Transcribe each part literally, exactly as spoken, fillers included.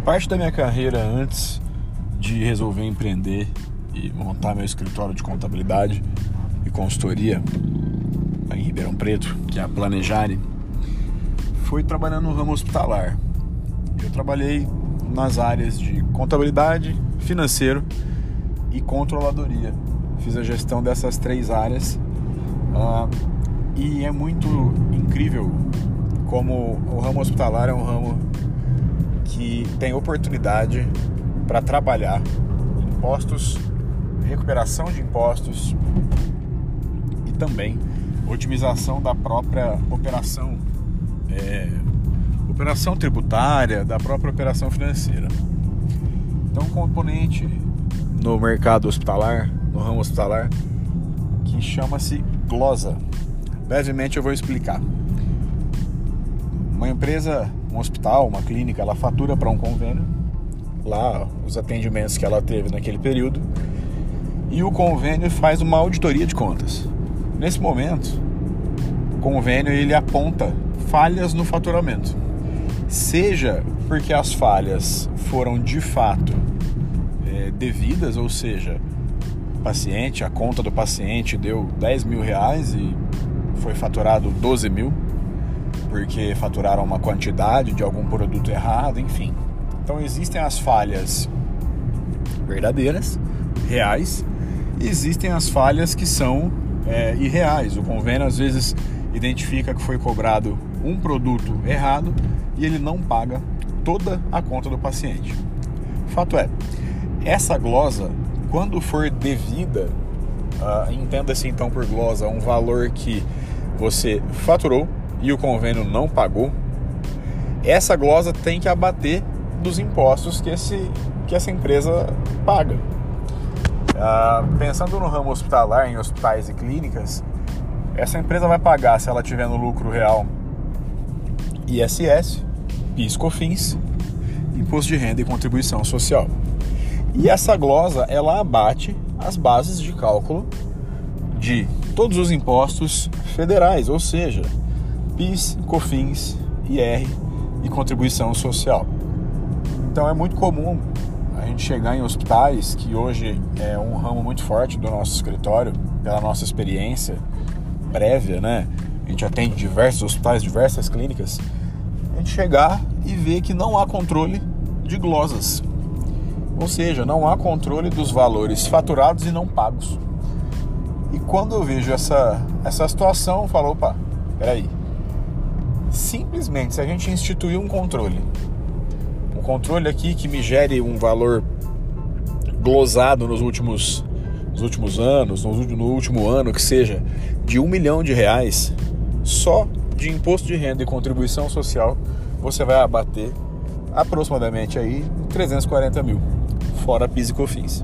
Parte da minha carreira antes de resolver empreender e montar meu escritório de contabilidade e consultoria em Ribeirão Preto, que é a Planejare, foi trabalhando no ramo hospitalar. Eu trabalhei nas áreas de contabilidade, financeiro e controladoria. Fiz a gestão dessas três áreas uh, e é muito incrível como o ramo hospitalar é um ramo que tem oportunidade para trabalhar impostos, recuperação de impostos e também otimização da própria operação, é, operação tributária, da própria operação financeira. Então, um componente no mercado hospitalar, no ramo hospitalar, que chama-se glosa. Brevemente eu vou explicar. Uma empresa, um hospital, uma clínica, ela fatura para um convênio, lá os atendimentos que ela teve naquele período, e o convênio faz uma auditoria de contas. Nesse momento, o convênio ele aponta falhas no faturamento, seja porque as falhas foram de fato é, devidas, ou seja, o paciente, a conta do paciente deu dez mil reais e foi faturado doze mil, porque faturaram uma quantidade de algum produto errado, enfim. Então existem as falhas verdadeiras, reais, e existem as falhas que são é, irreais. O convênio às vezes identifica que foi cobrado um produto errado e ele não paga toda a conta do paciente. Fato é, essa glosa, quando for devida, uh, entenda-se então por glosa um valor que você faturou e o convênio não pagou, essa glosa tem que abater dos impostos que, esse, que essa empresa paga. Uh, pensando no ramo hospitalar, em hospitais e clínicas, essa empresa vai pagar, se ela tiver no lucro real, I S S, PIS, COFINS, Imposto de Renda e Contribuição Social. E essa glosa, ela abate as bases de cálculo de todos os impostos federais, ou seja, PIS, COFINS, I R e Contribuição Social. Então é muito comum a gente chegar em hospitais, que hoje é um ramo muito forte do nosso escritório, pela nossa experiência prévia, né? A gente atende diversos hospitais, diversas clínicas. A gente chegar e ver que não há controle de glosas. Ou seja, não há controle dos valores faturados e não pagos. E quando eu vejo essa, essa situação, eu falo, opa, peraí. Simplesmente, se a gente instituir um controle, um controle aqui que me gere um valor glosado nos últimos, nos últimos anos, no, no último ano, que seja de um milhão de reais, só de imposto de renda e contribuição social, você vai abater aproximadamente aí trezentos e quarenta mil, fora PIS e COFINS.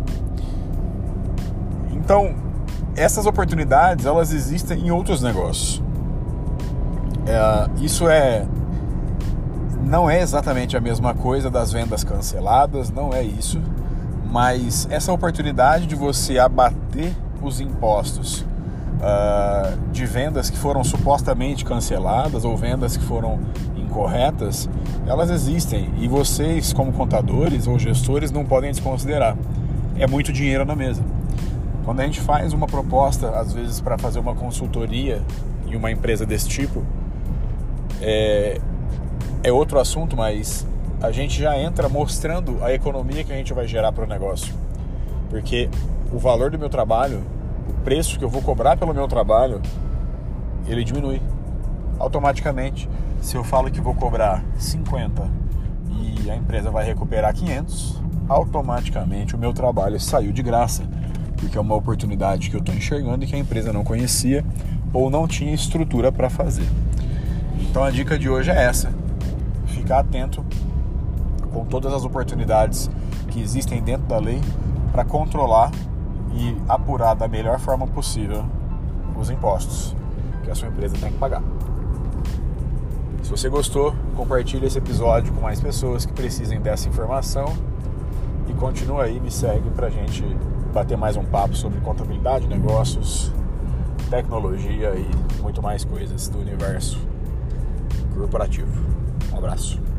Então, essas oportunidades, elas existem em outros negócios. É, isso é não é exatamente a mesma coisa das vendas canceladas, não é isso, mas essa oportunidade de você abater os impostos uh, de vendas que foram supostamente canceladas ou vendas que foram incorretas, elas existem e vocês, como contadores ou gestores, não podem desconsiderar. É muito dinheiro na mesa. Quando a gente faz uma proposta, às vezes para fazer uma consultoria em uma empresa desse tipo, É, é outro assunto, mas a gente já entra mostrando a economia que a gente vai gerar para o negócio. Porque o valor do meu trabalho, o preço que eu vou cobrar pelo meu trabalho, ele diminui automaticamente. Se eu falo que vou cobrar cinquenta e a empresa vai recuperar quinhentos, automaticamente o meu trabalho saiu de graça, porque é uma oportunidade que eu estou enxergando e que a empresa não conhecia ou não tinha estrutura para fazer. Então a dica de hoje é essa: ficar atento com todas as oportunidades que existem dentro da lei para controlar e apurar da melhor forma possível os impostos que a sua empresa tem que pagar. Se você gostou, compartilhe esse episódio com mais pessoas que precisem dessa informação e continua aí, me segue para a gente bater mais um papo sobre contabilidade, negócios, tecnologia e muito mais coisas do universo corporativo. Um abraço.